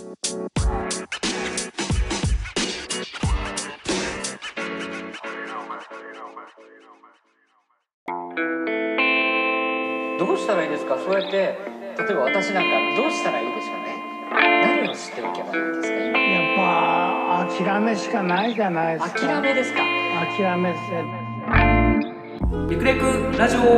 どうしたらいいですか？そうやって例えば私なんかどうしたらいいですかね。何をしておけばいいんですか？今やっぱ諦めしかないじゃないですか。 諦めですか？ 諦めせ。 リクレクラジオ。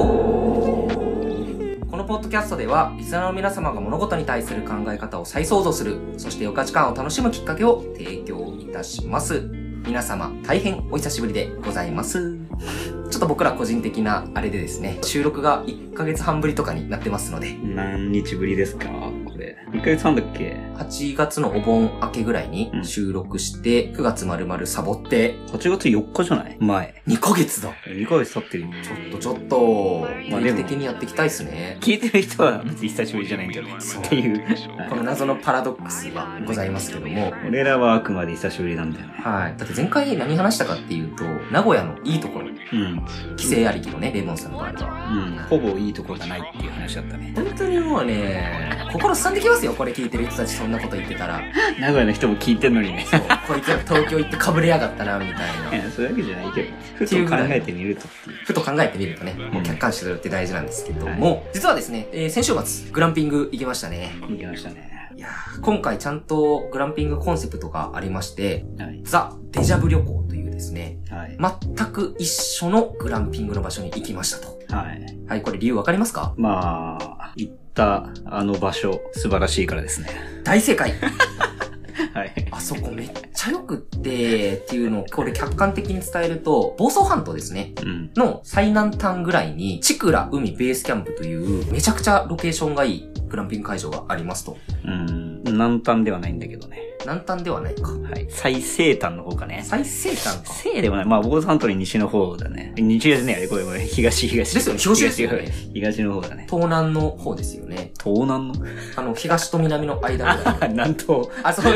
このポッドキャストではリスナーの皆様が物事に対する考え方を再創造する、そして価値観を楽しむきっかけを提供いたします。皆様大変お久しぶりでございます。ちょっと僕ら個人的なあれでですね、収録が1ヶ月半ぶりとかになってますので。 何日ぶりですかこれ。1ヶ月半だっけ？ 8月のお盆明けぐらいに収録して、9月丸々サボって。 8月4日じゃない前。 2ヶ月だ。 2ヶ月経ってるよ。 ちょっと、定期的にやっていきたいですね。 聞いてる人は別に久しぶりじゃないんだよね。っていう。 この謎のパラドックスがございますけども。 俺らはあくまで久しぶりなんだよね。 はい。だって前回何話したかっていうと、名古屋のいいところ。規制ありきのね、レモンさんの場合は。 ほぼいいところがないっていう話だったね。 本当にもうね、心すさんできますよ、これ聞いてる人たちそんなこと言ってたら。 名古屋の人も聞いてんのにね。 そう。こいつは東京行ってかぶれやがったな、みたいな。 いや、そういうわけじゃないけど。ふと考えてみるとっていう。 ふと考えてみるとね、もう客観視するって大事なんですけども、実はですね、先週末、グランピング行きましたね。 行きましたね。 いやー、今回ちゃんとグランピングコンセプトがありまして、 はい、 ザ・デジャブ旅行というですね、 はい、 全く一緒のグランピングの場所に行きましたと。 はい。 はい、これ理由わかりますか？ まあ、行ったあの場所、素晴らしいからですね。 大正解はい。 あそこめっちゃよくっていうのをこれ客観的に伝えると、房総半島ですね。の最南端ぐらいに、チクラ海ベースキャンプというめちゃくちゃロケーションがいいグランピング会場がありますと。 南端ではないんだけどね。 南端ではないか。 はい。最西端の方かね。 最西端か。 西でもない。まあ、房総半島に西の方だね。西ですね。これ、東。 ですよね。東ですよね。 東の方だね。 東南の方ですよね。 東南の東と南の間ぐらい。 南東。 あ、そう。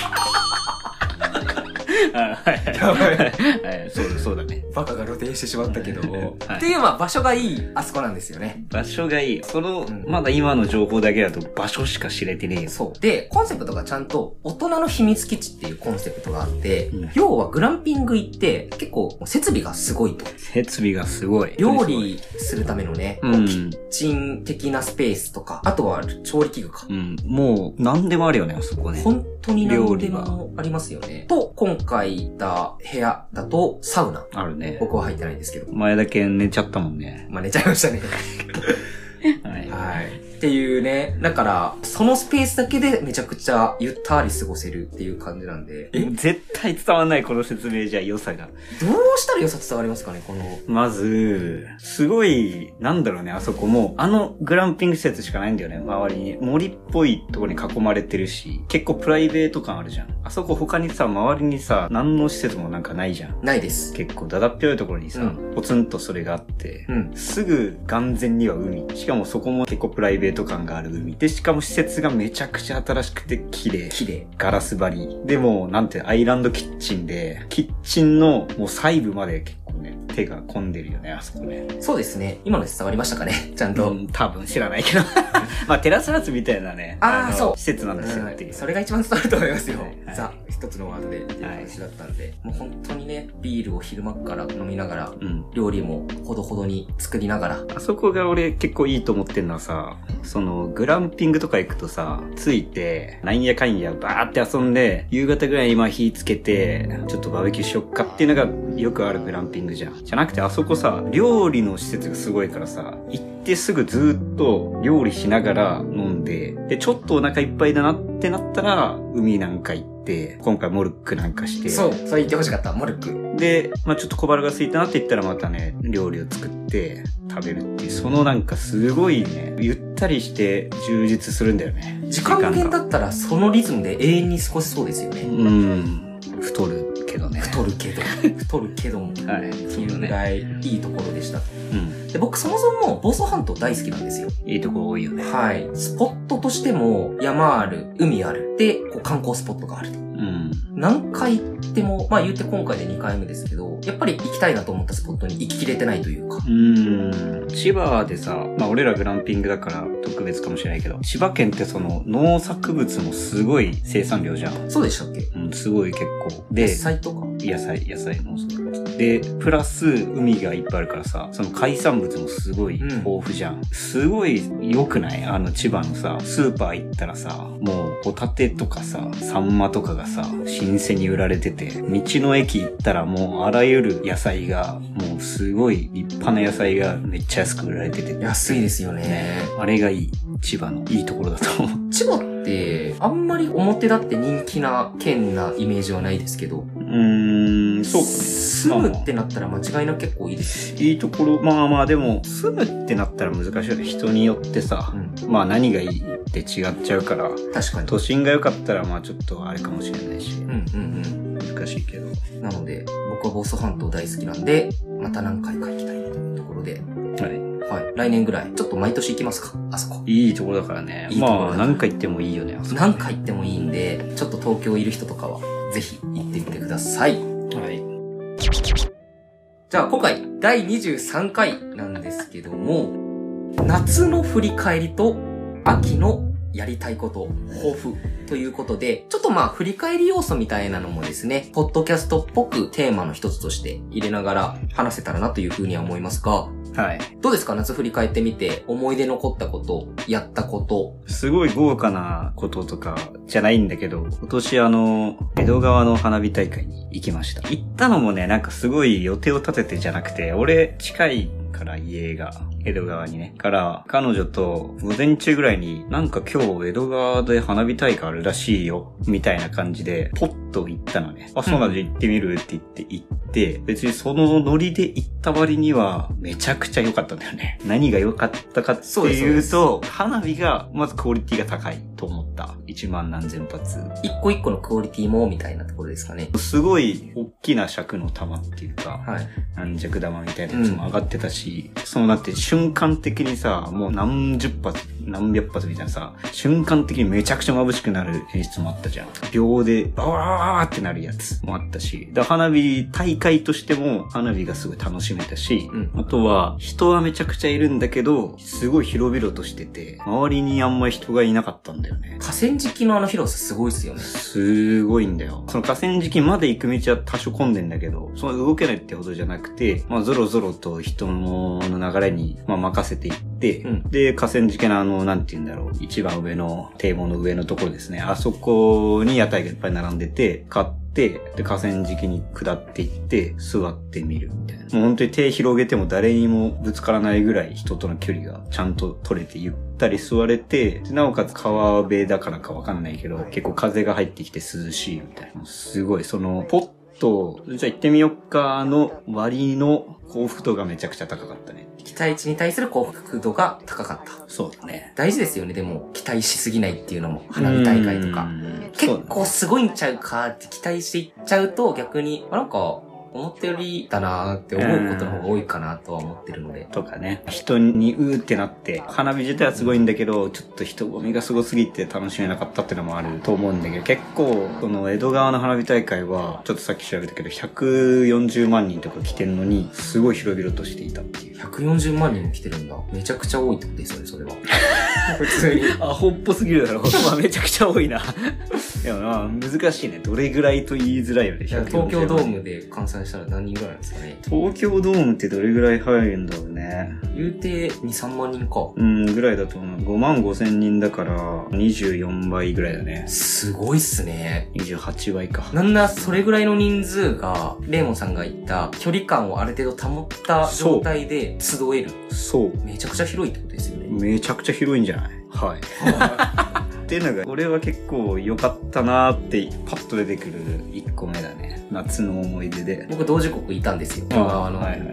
そうだね。 バカが露呈してしまったけども。っていう、まあ、場所がいい、あそこなんですよね。 場所がいい。まだ今の情報だけだと場所しか知れてねえよ。 そう。で、コンセプトがちゃんと、大人の秘密基地っていうコンセプトがあって、要はグランピング行って、結構、設備がすごいと。 設備がすごい。 料理するためのね、キッチン的なスペースとか、あとは調理器具か。 もう、何でもあるよね、あそこね。 本当に何でもありますよね。と、今回行った部屋だと、サウナ。 あるね。 僕は入ってないんですけど。 前だけ寝ちゃったもんね。 まあ寝ちゃいましたね。 はい。 はい。っていうね。だから、そのスペースだけでめちゃくちゃゆったり過ごせるっていう感じなんで。 絶対伝わんない、この説明じゃ良さが。 どうしたら良さ伝わりますかね、この。 まず、すごい、なんだろうね、あそこも、グランピング施設しかないんだよね、周りに。森っぽいところに囲まれてるし、結構プライベート感あるじゃん。あそこ他にさ、周りにさ、何の施設もなんかないじゃん。 ないです。 結構だだっぴょいところにさ、ポツンとそれがあって、すぐ眼前には海。しかもそこも結構プライベート感がある海。で、しかも施設がめちゃくちゃ新しくて綺麗。ガラス張り。でも、なんて、アイランドキッチンで、キッチンのもう細部まで結構ね、手が込んでるよね、あそこね。 そうですね。今ので伝わりましたかねちゃんと。 多分知らないけど。まあ、テラスハウスみたいなね。 そう。 施設なんですよっていう。 それが一番伝わると思いますよ。ザ、一つのワードでっていう話だったんで。もう本当にね、ビールを昼間から飲みながら、料理もほどほどに作りながら。 あそこが俺結構いいと思ってんのはさ、グランピングとか行くとさ、着いて、なんやかんやバーって遊んで、夕方ぐらいに今火つけて、ちょっとバーベキューしよっかっていうのがよくあるグランピングじゃん。じゃなくてあそこさ、料理の施設がすごいからさ、行ってすぐずーっと料理しながら飲んで、で、ちょっとお腹いっぱいだなってなったら、海なんか行って、今回モルックなんかして。 そう、それ言ってほしかった、モルック。 で、まあちょっと小腹が空いたなって言ったらまたね、料理を作って食べるっていう、そのなんかすごいね、ゆったりして充実するんだよね。 時間無限だったらそのリズムで永遠に過ごせそうですよね。 太るけどね。 太るけども。はい。っていうぐらいいいところでした。 で、僕そもそも房総半島大好きなんですよ。 いいとこ多いよね。 はい。スポットとしても山ある、海ある。で、こう観光スポットがあると。 うん。 何回行っても、まあ言って今回で2回目ですけど、やっぱり行きたいなと思ったスポットに行ききれてないというか。 千葉でさ、まあ俺らグランピングだから特別かもしれないけど、千葉県ってその農作物もすごい生産量じゃん。 そうでしたっけ？ うん、すごい結構。で、 野菜とか？ 野菜農作物。で、プラス海がいっぱいあるからさ、その海産物もすごい豊富じゃん。すごい良くない？千葉のさ、スーパー行ったらさ、もうホタテとかさ、サンマとかがさ、新鮮に売られてて、道の駅行ったらもうあらゆる野菜が、もうすごい立派な野菜がめっちゃ安く売られてて。 安いですよね。 あれがいい。千葉のいいところだと思う。 千葉って、あんまり表立って人気な県なイメージはないですけど。 そうかね。 住むってなったら間違いなく結構いいですよね。 いいところ、まあまあでも、住むってなったら難しいよね。人によってさ、まあ何がいいって違っちゃうから。 確かに。 都心が良かったらまあちょっとあれかもしれないし。難しいけど。 なので、僕は房総半島大好きなんで、また何回か行きたいというところで。 はい。 はい。来年ぐらい。ちょっと毎年行きますか？あそこ。 いいところだからね。 いいところだからまあ何回行ってもいいよね。 何回行ってもいいんで、ちょっと東京いる人とかは、ぜひ行ってみてください。 はい。 じゃあ今回、第23回なんですけども、夏の振り返りと秋のやりたいこと、抱負ということで、ちょっとまあ振り返り要素みたいなのもですね、ポッドキャストっぽくテーマの一つとして入れながら話せたらなというふうには思いますが、 はい。 どうですか？夏振り返ってみて、思い出残ったこと、やったこと。 すごい豪華なこととかじゃないんだけど、今年江戸川の花火大会に行きました。行ったのもね、なんかすごい予定を立ててじゃなくて、俺近いから家が。江戸川にね。から彼女と午前中ぐらいになんか今日江戸川で花火大会あるらしいよみたいな感じでポッと行ったのね。あ、そうなんで行ってみるって言って行って、別にそのノリで行った割にはめちゃくちゃ良かったんだよね。何が良かったかっていうと、花火がまずクオリティが高いと思った。1万何千発。 一個一個のクオリティもみたいなところですかね。 すごい大きな尺の玉っていうか、 はい、 軟弱玉みたいなやつも上がってたし、そうなって瞬間的にさ、もう何十発、何百発みたいなさ、瞬間的にめちゃくちゃ眩しくなる演出もあったじゃん。秒でバワーってなるやつもあったし、花火大会としても花火がすごい楽しめたし、あとは人はめちゃくちゃいるんだけど、すごい広々としてて、周りにあんまり人がいなかったんだよね。 河川敷の広さすごいっすよね。 すごいんだよ。その河川敷まで行く道は多少混んでんだけど、その動けないってほどじゃなくて、まあゾロゾロと人の流れに、まあ任せていって、で、河川敷のなんて言うんだろう、一番上の堤防の上のところですね。あそこに屋台がいっぱい並んでて、買って、で、河川敷に下っていって、座ってみるみたいな。もう本当に手広げても誰にもぶつからないぐらい人との距離がちゃんと取れてゆったり座れて、でなおかつ川辺だからかわかんないけど、結構風が入ってきて涼しいみたいな。すごい、ポッと、じゃあ行ってみよっかの割の幸福度がめちゃくちゃ高かったね。 期待値に対する幸福度が高かった。 そうだね。 大事ですよね、でも、期待しすぎないっていうのも、花火大会とか。結構すごいんちゃうかって期待していっちゃうと、逆に、なんか、思ったよりだなーって思うことの方が多いかなとは思ってるので。 とかね。人にうーってなって、花火自体はすごいんだけど、ちょっと人混みがすごすぎて楽しめなかったっていうのもあると思うんだけど、結構、この江戸川の花火大会は、ちょっとさっき調べたけど、140万人とか来てんのに、すごい広々としていたっていう。 140万人も来てるんだ。めちゃくちゃ多いってことですよね、それは。普通に。 アホっぽすぎるだろ。まあめちゃくちゃ多いな。でもまあ難しいね。どれぐらいと言いづらいよね。 東京ドームで換算したら何人ぐらいなんですかね。 東京ドームってどれぐらい入るんだろうね。 言うて2、3万人か。 ぐらいだと思う。5万5千人だから24倍ぐらいだね。 すごいっすね。 28倍か。 なんなそれぐらいの人数が、レーモンさんが言った距離感をある程度保った状態で集える。 そう。 めちゃくちゃ広いってことですよね。 めちゃくちゃ広いんじゃない？はい。っていうのが、俺は結構良かったなーってパッと出てくる1個目だね。夏の思い出で。 僕同時刻いたんですよ。江戸川の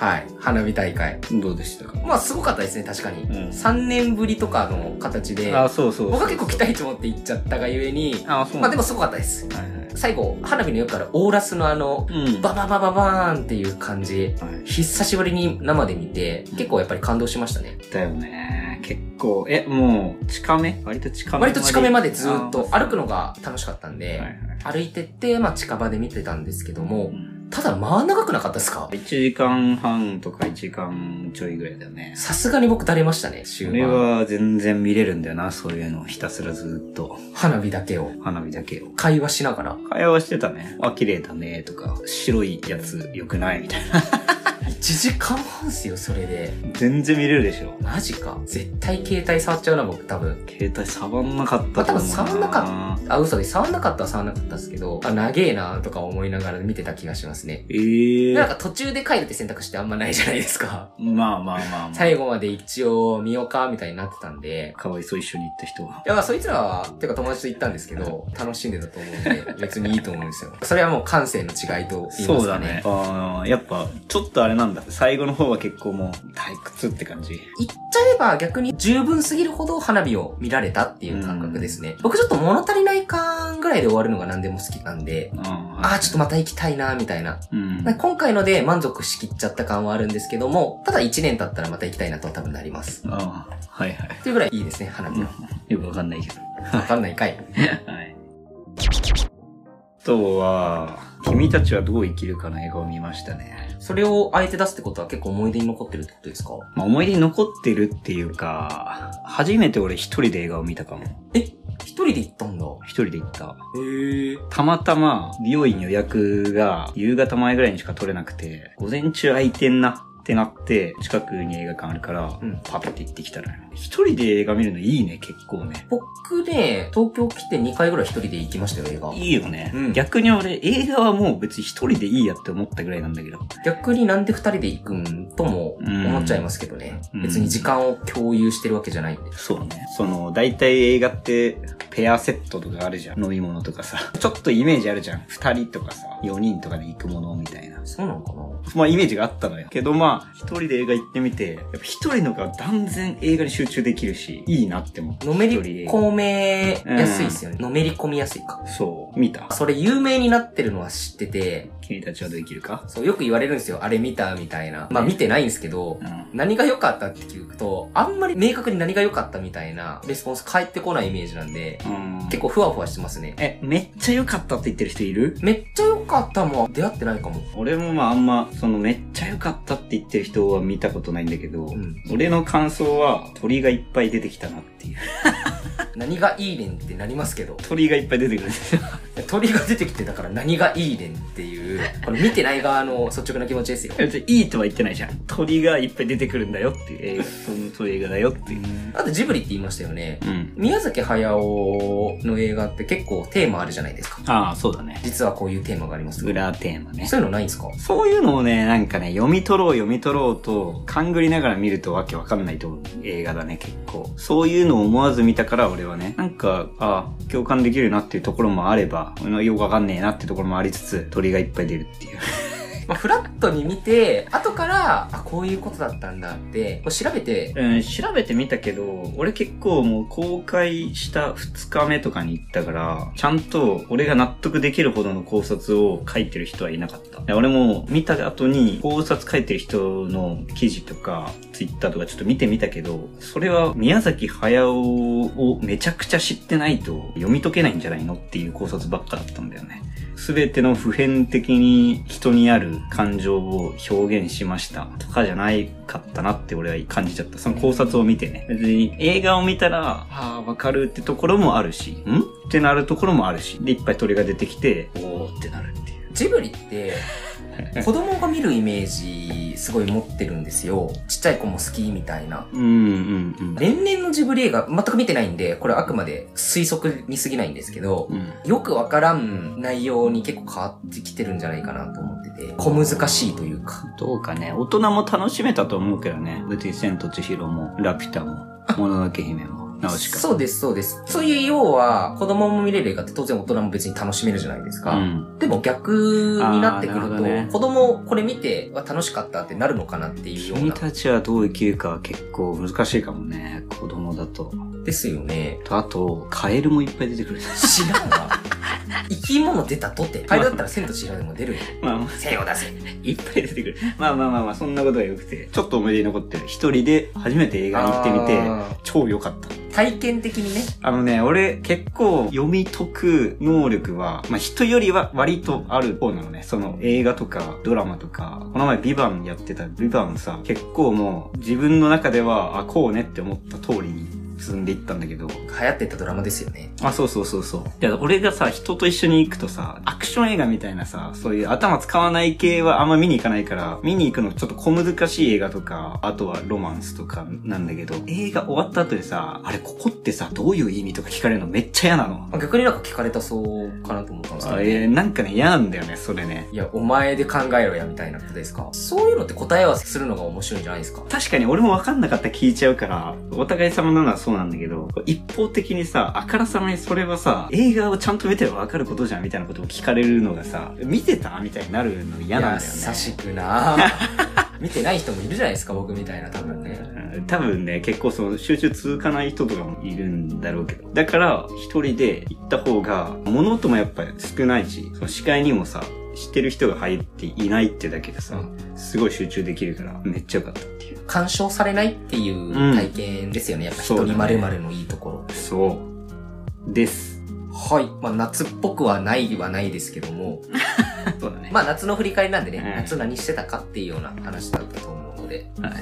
はい。花火大会。 どうでしたか？ まあ、すごかったですね、確かに。 うん 3年ぶりとかの形で。 あ、そうそうそう。 僕は結構期待値持って行っちゃったがゆえに、 あ、そう。 まあでもすごかったです。 はいはい。 最後、花火のよくあるオーラスのうんバババババーンっていう感じ、 はい、 久しぶりに生で見て、結構やっぱり感動しましたね。 だよね。結構、もう、近め？割と近め割と近めまでずっと歩くのが楽しかったんで、 はいはい、 歩いてって、まあ近場で見てたんですけども、ただまあ長くなかったですか？ 1 時間半とか1時間ちょいぐらいだよね。 さすがに僕だれましたね、終盤。 それは全然見れるんだよな、そういうの。ひたすらずっと。 花火だけを。 花火だけを。 会話しながら。 会話してたね。あ、綺麗だね、とか。白いやつ良くないみたいな。 1時間半っすよ、それで。 全然見れるでしょ。 マジか。絶対携帯触っちゃうな、僕多分。 携帯触んなかったと思うな。 多分触んなかった。あ、嘘で、触んなかったは触んなかったですけど、あ、長えなとか思いながら見てた気がしますね。なんか途中で帰るって選択肢ってあんまないじゃないですか。 まあまあまあまあ。 最後まで一応見ようか、みたいになってたんで。 かわいそう一緒に行った人は。 いや、まあそいつらは、てか友達と行ったんですけど、楽しんでたと思うんで、別にいいと思うんですよ。それはもう感性の違いと言いますかね。 そうだね。やっぱ、ちょっとあれなんだ。最後の方は結構もう、退屈って感じ。 言っちゃえば逆に十分すぎるほど花火を見られたっていう感覚ですね。僕ちょっと物足りない感ぐらいで終わるのが何でも好きなんで、ちょっとまた行きたいなみたいな。今回ので満足しきっちゃった感はあるんですけども、ただ1年経ったらまた行きたいなとは多分なります。 はいはい。 っていうぐらいいいですね、花火は。 よくわかんないけど。 わかんないかい。 はい。あとは、君たちはどう生きるかの映画を見ましたね。 それをあえて出すってことは結構思い出に残ってるってことですか？ まあ、思い出に残ってるっていうか、初めて俺一人で映画を見たかも。 一人で行ったんだ。 一人で行った。 へえ。 たまたま美容院予約が夕方前ぐらいにしか取れなくて、午前中空いてんなってなって、近くに映画館あるから、パッて行ってきたら、一人で映画見るのいいね、結構ね。 僕ね、東京来て2回ぐらい一人で行きましたよ、映画。 いいよね。逆に俺、映画はもう別に一人でいいやって思ったぐらいなんだけど。 逆になんで二人で行くんとも思っちゃいますけどね。別に時間を共有してるわけじゃないんで。 そうね。大体映画って、ペアセットとかあるじゃん。飲み物とかさ。ちょっとイメージあるじゃん。二人とかさ、4人とかで行くものみたいな。 そうなのかな？ まあイメージがあったのよ。けどまあ、一人で映画行ってみて、やっぱ一人の方が断然映画に集中できるし、いいなって思う。 のめり込めやすいですよね。のめり込みやすいか。 そう。見た。 それ有名になってるのは知ってて、 君たちはどう生きるか？ そう、よく言われるんですよ。あれ見たみたいな。まあ見てないんですけど、何が良かったって聞くと、あんまり明確に何が良かったみたいなレスポンス返ってこないイメージなんで、結構ふわふわしてますね。 めっちゃ良かったって言ってる人いる？ めっちゃ良かったもん出会ってないかも。 俺もまああんま、めっちゃ良かったって言ってる人は見たことないんだけど、俺の感想は鳥がいっぱい出てきたなっていう。 何がいいねんってなりますけど。 鳥がいっぱい出てくるんですよ。 鳥が出てきてだから何がいいねんっていう、これ見てない側の率直な気持ちですよ。 いいとは言ってないじゃん。鳥がいっぱい出てくるんだよっていう映画、そういう映画だよっていう。 あとジブリって言いましたよね。宮崎駿の映画って結構テーマあるじゃないですか。 ああ、そうだね。 実はこういうテーマがあります。 裏テーマね。 そういうのないんですか？ そういうのをね、なんかね、読み取ろうと、勘ぐりながら見るとわけわかんないと映画だね、結構。そういうのを思わず見たから俺はね、なんか、共感できるなっていうところもあれば、よくわかんねえなっていうところもありつつ、鳥がいっぱい出るっていう。 まあ、フラットに見て、後から、こういうことだったんだって、調べて。 調べてみたけど、俺結構もう公開した2日目とかに行ったから、ちゃんと俺が納得できるほどの考察を書いてる人はいなかった。俺も見た後に考察書いてる人の記事とか、ツイッターとかちょっと見てみたけど、それは宮崎駿をめちゃくちゃ知ってないと読み解けないんじゃないのっていう考察ばっかだったんだよね。すべての普遍的に人にある感情を表現しましたとかじゃないかったなって俺は感じちゃった。その考察を見てね。別に映画を見たら、わかるってところもあるし、ってなるところもあるし、で、いっぱい鳥が出てきて、おーってなるっていう。 ジブリって、子供が見るイメージすごい持ってるんですよ。ちっちゃい子も好きみたいな。年々のジブリ映画全く見てないんで、これあくまで推測に過ぎないんですけど、よくわからん内容に結構変わってきてるんじゃないかなと思ってて、小難しいというか。 どうかね、大人も楽しめたと思うけどね。別に千と千尋も、ラピュタも、もののけ姫も。 ナウシカ。 そうです、そうです。そういう要は、子供も見れる映画って当然大人も別に楽しめるじゃないですか。でも逆になってくると、子供これ見て楽しかったってなるのかなっていうような。 君たちはどう生きるかは結構難しいかもね、子供だと。 ですよね。 あと、カエルもいっぱい出てくる。 知らんわ。生き物出たとて。カエルだったら千と千尋でも出るよ。 まあ、 精を出せ。 いっぱい出てくる。まあ、そんなことはよくて。ちょっと思い出に残ってる。一人で初めて映画に行ってみて、超良かった。 体験的にね。 俺結構読み解く能力は、人よりは割とある方なのね。その映画とかドラマとか、この前ビバンやってたビバンさ、結構もう自分の中では、こうねって思った通りに進んでいったんだけど。 流行ってたドラマですよね。 そう。いや、俺がさ、人と一緒に行くとさ、アクション映画みたいなさ、そういう頭使わない系はあんま見に行かないから、見に行くのちょっと小難しい映画とか、あとはロマンスとかなんだけど、映画終わった後でさ、あれここってさ、どういう意味とか聞かれるのめっちゃ嫌なの。 逆になんか聞かれたそうかなと思ったんですけどね。 なんかね、嫌なんだよね、それね。 いや、お前で考えろや、みたいなことですか。そういうのって答え合わせするのが面白いんじゃないですか。 確かに俺も分かんなかったら聞いちゃうから、お互い様なのはそうなんだけど、一方的にさ、あからさまにそれはさ、映画をちゃんと見てれば分かることじゃんみたいなことを聞かれるのがさ、見てたみたいになるの嫌なんだよね。 優しくな見てない人もいるじゃないですか、僕みたいな、多分ね。 多分ね、結構その集中続かない人とかもいるんだろうけど。だから、一人で行った方が、物音もやっぱり少ないし、その視界にもさ、知ってる人が入っていないってだけでさ、すごい集中できるから、めっちゃ良かったっていう。 干渉されないっていう体験ですよね。やっぱ人に丸々のいいところ。 そうです。 はい。夏っぽくはないですけども。 そうだね。 夏の振り返りなんでね、夏何してたかっていうような話だったと思うので。 はい。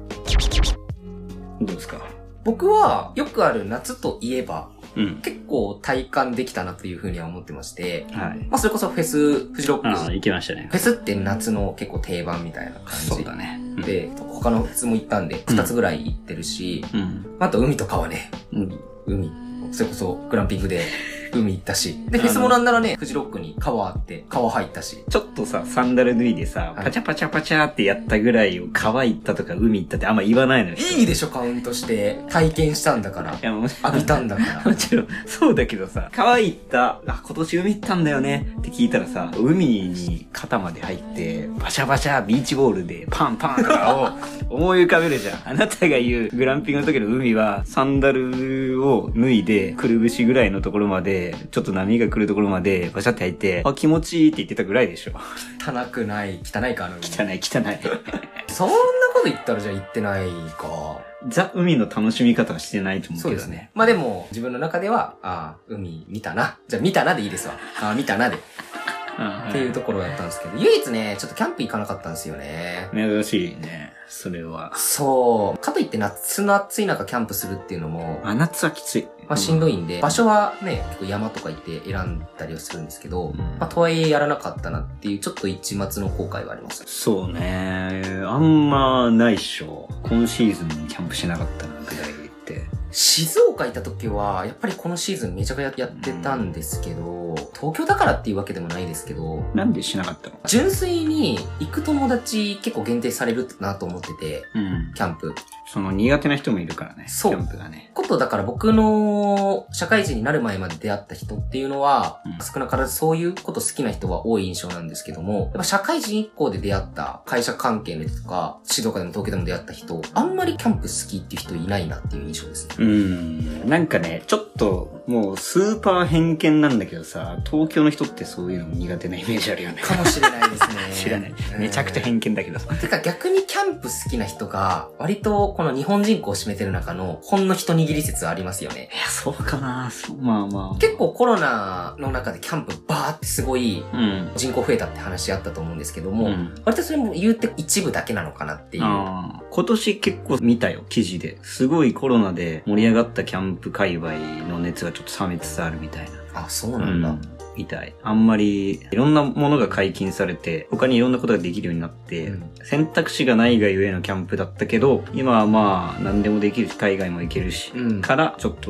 どうですか？ 僕は、よくある夏といえば、 結構体感できたなというふうには思ってまして、 はい。 それこそフェス、フジロック。 行きましたね。 フェスって夏の結構定番みたいな感じ。 そうだね。 で、他のフェスも行ったんで、2つぐらい行ってるし、あと海とかはね、海。それこそグランピングで海行ったし。で、フェスもなんならね、フジロックに川あって、川入ったし。 ちょっとさ、サンダル脱いでさ、パチャパチャパチャってやったぐらいを川行ったとか海行ったってあんま言わないのよ。 いいでしょ、カウントして。体験したんだから。 いや、もう浴びたんだから。 もちろん、そうだけどさ、川行った、今年海行ったんだよねって聞いたらさ、海に肩まで入って、バシャバシャビーチボールでパンパンとかを思い浮かべるじゃん。あなたが言うグランピングの時の海は、サンダルを脱いで、くるぶしぐらいのところまで、ちょっと波が来るところまでバシャって入って、気持ちいいって言ってたぐらいでしょ。 汚くない。汚いか、 汚い。 そんなこと言ったらじゃあ言ってないか。 ザ・海の楽しみ方はしてないと思うけどね。 そうですね。でも、自分の中では、海見たな。じゃあ見たなでいいですわ。見たなで。っていうところだったんですけど、唯一ね、ちょっとキャンプ行かなかったんですよね。 珍しいね。それは。 そう。かといって夏の暑い中キャンプするっていうのも、 夏はきつい。 しんどいんで、場所はね、結構山とか行って選んだりはするんですけど、とはいえやらなかったなっていう、ちょっと一末の後悔があります。 そうね。あんまないっしょ。今シーズンキャンプしなかったな、ぐらいって。 静岡行った時は、やっぱりこのシーズンめちゃくちゃやってたんですけど、東京だからっていうわけでもないですけど、 なんでしなかったの？ 純粋に行く友達結構限定されるなと思ってて、キャンプ。 その苦手な人もいるからね。 そう。 キャンプがね。 ことだから僕の社会人になる前まで出会った人っていうのは、少なからずそういうこと好きな人は多い印象なんですけども、やっぱ社会人以降で出会った会社関係の人とか、静岡でも東京でも出会った人、あんまりキャンプ好きっていう人いないなっていう印象ですね。 なんかね、ちょっともうスーパー偏見なんだけどさ、東京の人ってそういうの苦手なイメージあるよね。 かもしれないですね。 知らない。めちゃくちゃ偏見だけどさ。 てか逆にキャンプ好きな人が、割とこの日本人口を占めてる中のほんの一握り説ありますよね。 いや、そうかな。まあ。 結構コロナの中でキャンプバーってすごい人口増えたって話あったと思うんですけども、割とそれも言うて一部だけなのかなっていう。 今年結構見たよ、記事で。すごいコロナで盛り上がったキャンプ界隈の熱がちょっと冷めつつあるみたいな。 そうなんだ。 みたい。あんまりいろんなものが解禁されて、他にいろんなことができるようになって、選択肢がないがゆえのキャンプだったけど、今はまあ何でもできるし、海外も行けるし、からちょっと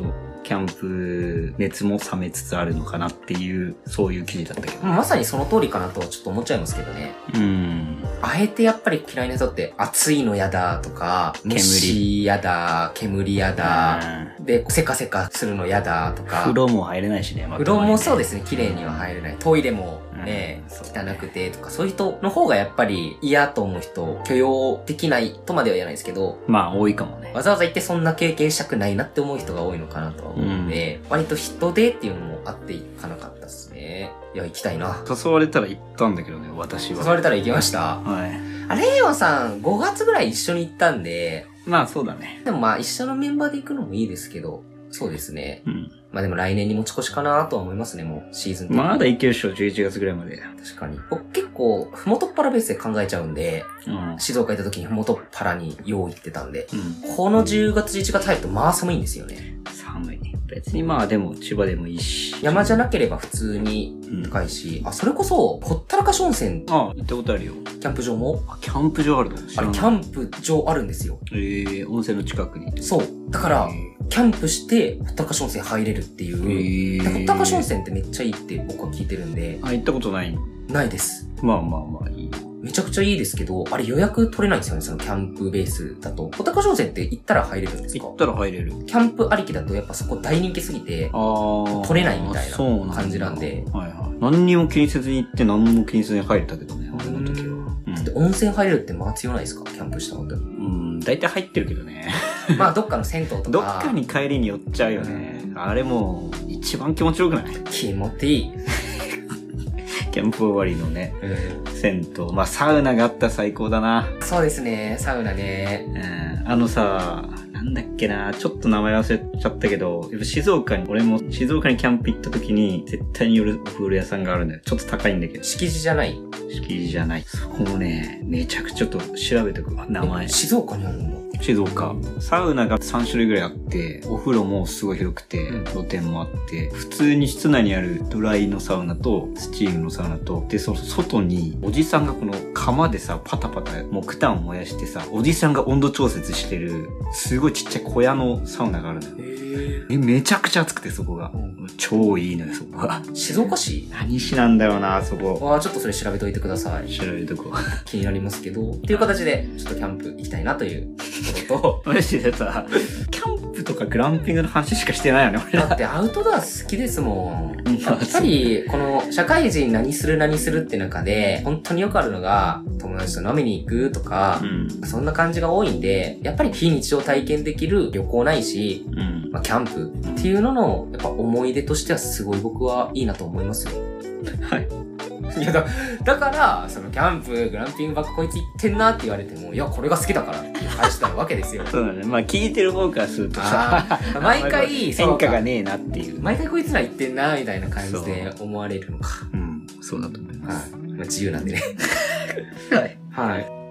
キャンプ熱も冷めつつあるのかなっていう、そういう記事だったけど。 まさにその通りかなとはちょっと思っちゃいますけどね。あえてやっぱり嫌いな人って暑いのやだとか、虫やだ、煙やだ、で、せかせかするのやだとか。 風呂も入れないしね、 風呂もそうですね、綺麗には入れない。トイレもね、汚くてとか、そういう人の方がやっぱり嫌と思う人、許容できないとまでは言わないですけど、 まあ多いかもね。 わざわざ行ってそんな経験したくないなって思う人が多いのかなとは思うので、割と人でっていうのもあっていかなかったですね。いや、行きたいな。 誘われたら行ったんだけどね、私は。 誘われたら行きました。 はい。 あ、レイオさん、5月ぐらい一緒に行ったんで、 まあそうだね。 でもまあ一緒のメンバーで行くのもいいですけど、そうですね。 うん。 まあでも来年に持ち越しかなとは思いますね、もうシーズン的に。 まだ行けるでしょ、11月ぐらいまで。 確かに。僕結構、ふもとっぱらベースで考えちゃうんで、 うん。 静岡行った時にふもとっぱらによう行ってたんで、 うん。 この10月11月入るとまあ寒いんですよね。 寒い。別にまあでも千葉でもいいし。 山じゃなければ普通に高いし、あ、それこそ、ほったらかし温泉、 ああ、行ったことあるよ。 キャンプ場もあ、キャンプ場あるの？ あれ、キャンプ場あるんですよ。 温泉の近くに。 そう。だから、キャンプして、ほったらかし温泉入れるっていう。でほったらかし温泉ってめっちゃいいって僕は聞いてるんで。 あ、行ったことない？ ないです。 まあまあまあいい。 めちゃくちゃいいですけど、あれ予約取れないんですよね、そのキャンプベースだと。ほったらかし温泉って行ったら入れるんですか？ 行ったら入れる。 キャンプありきだとやっぱそこ大人気すぎて、取れないみたいな感じなんで。 はいはい。何にも気にせずに行って何も気にせずに入れたけどね、俺の時は。 だって温泉入れるってまあ強ないですか？キャンプした後。 大体入ってるけどね。 まあどっかの銭湯とか。 どっかに帰りに寄っちゃうよね。あれもう一番気持ちよくない？ 気持ちいい。 キャンプ終わりのね、銭湯。まあサウナがあったら最高だな。 そうですね、サウナね。 さ、なんだっけな、ちょっと名前忘れちゃったけど、やっぱ静岡に、俺も静岡にキャンプ行った時に、絶対に寄るお風呂屋さんがあるんだよ。ちょっと高いんだけど。 敷地じゃない？ 敷地じゃない。そこもね、めちゃくちゃちょっと調べておくわ、名前。 静岡にあるんだ。 静岡。サウナが3種類ぐらいあって、お風呂もすごい広くて、露天もあって、普通に室内にあるドライのサウナと、スチームのサウナと、で、その外に、おじさんがこの釜でさ、パタパタ木炭を燃やしてさ、おじさんが温度調節してる、すごいちっちゃい小屋のサウナがあるのよ。めちゃくちゃ暑くて、そこが。超いいのよ、そこが。 静岡市？ 何市なんだよな、そこ。 ちょっとそれ調べといてください。 調べとこう。 気になりますけど。っていう形で、ちょっとキャンプ行きたいなというところと。 マジでさ、キャンプとかグランピングの話しかしてないよね、俺ら。 だってアウトドア好きですもん。やっぱり、この社会人何するって中で、本当によくあるのが、友達と飲みに行くとか、そんな感じが多いんで、やっぱり非日常体験できる旅行ないし、まあ、キャンプっていうのの、やっぱ思い出としてはすごい僕はいいなと思いますよ。 はい。 いやだから、そのキャンプ、グランピングばっかこいつ行ってんなって言われても、いや、これが好きだからっていう話になるわけですよ。 そうだね。まあ聞いてる方からするとさ、 毎回、 変化がねえなっていう。 毎回こいつら言ってんなみたいな感じで思われるのか。 そうだと思います。 はい。まあ自由なんでね。 はい。 はい。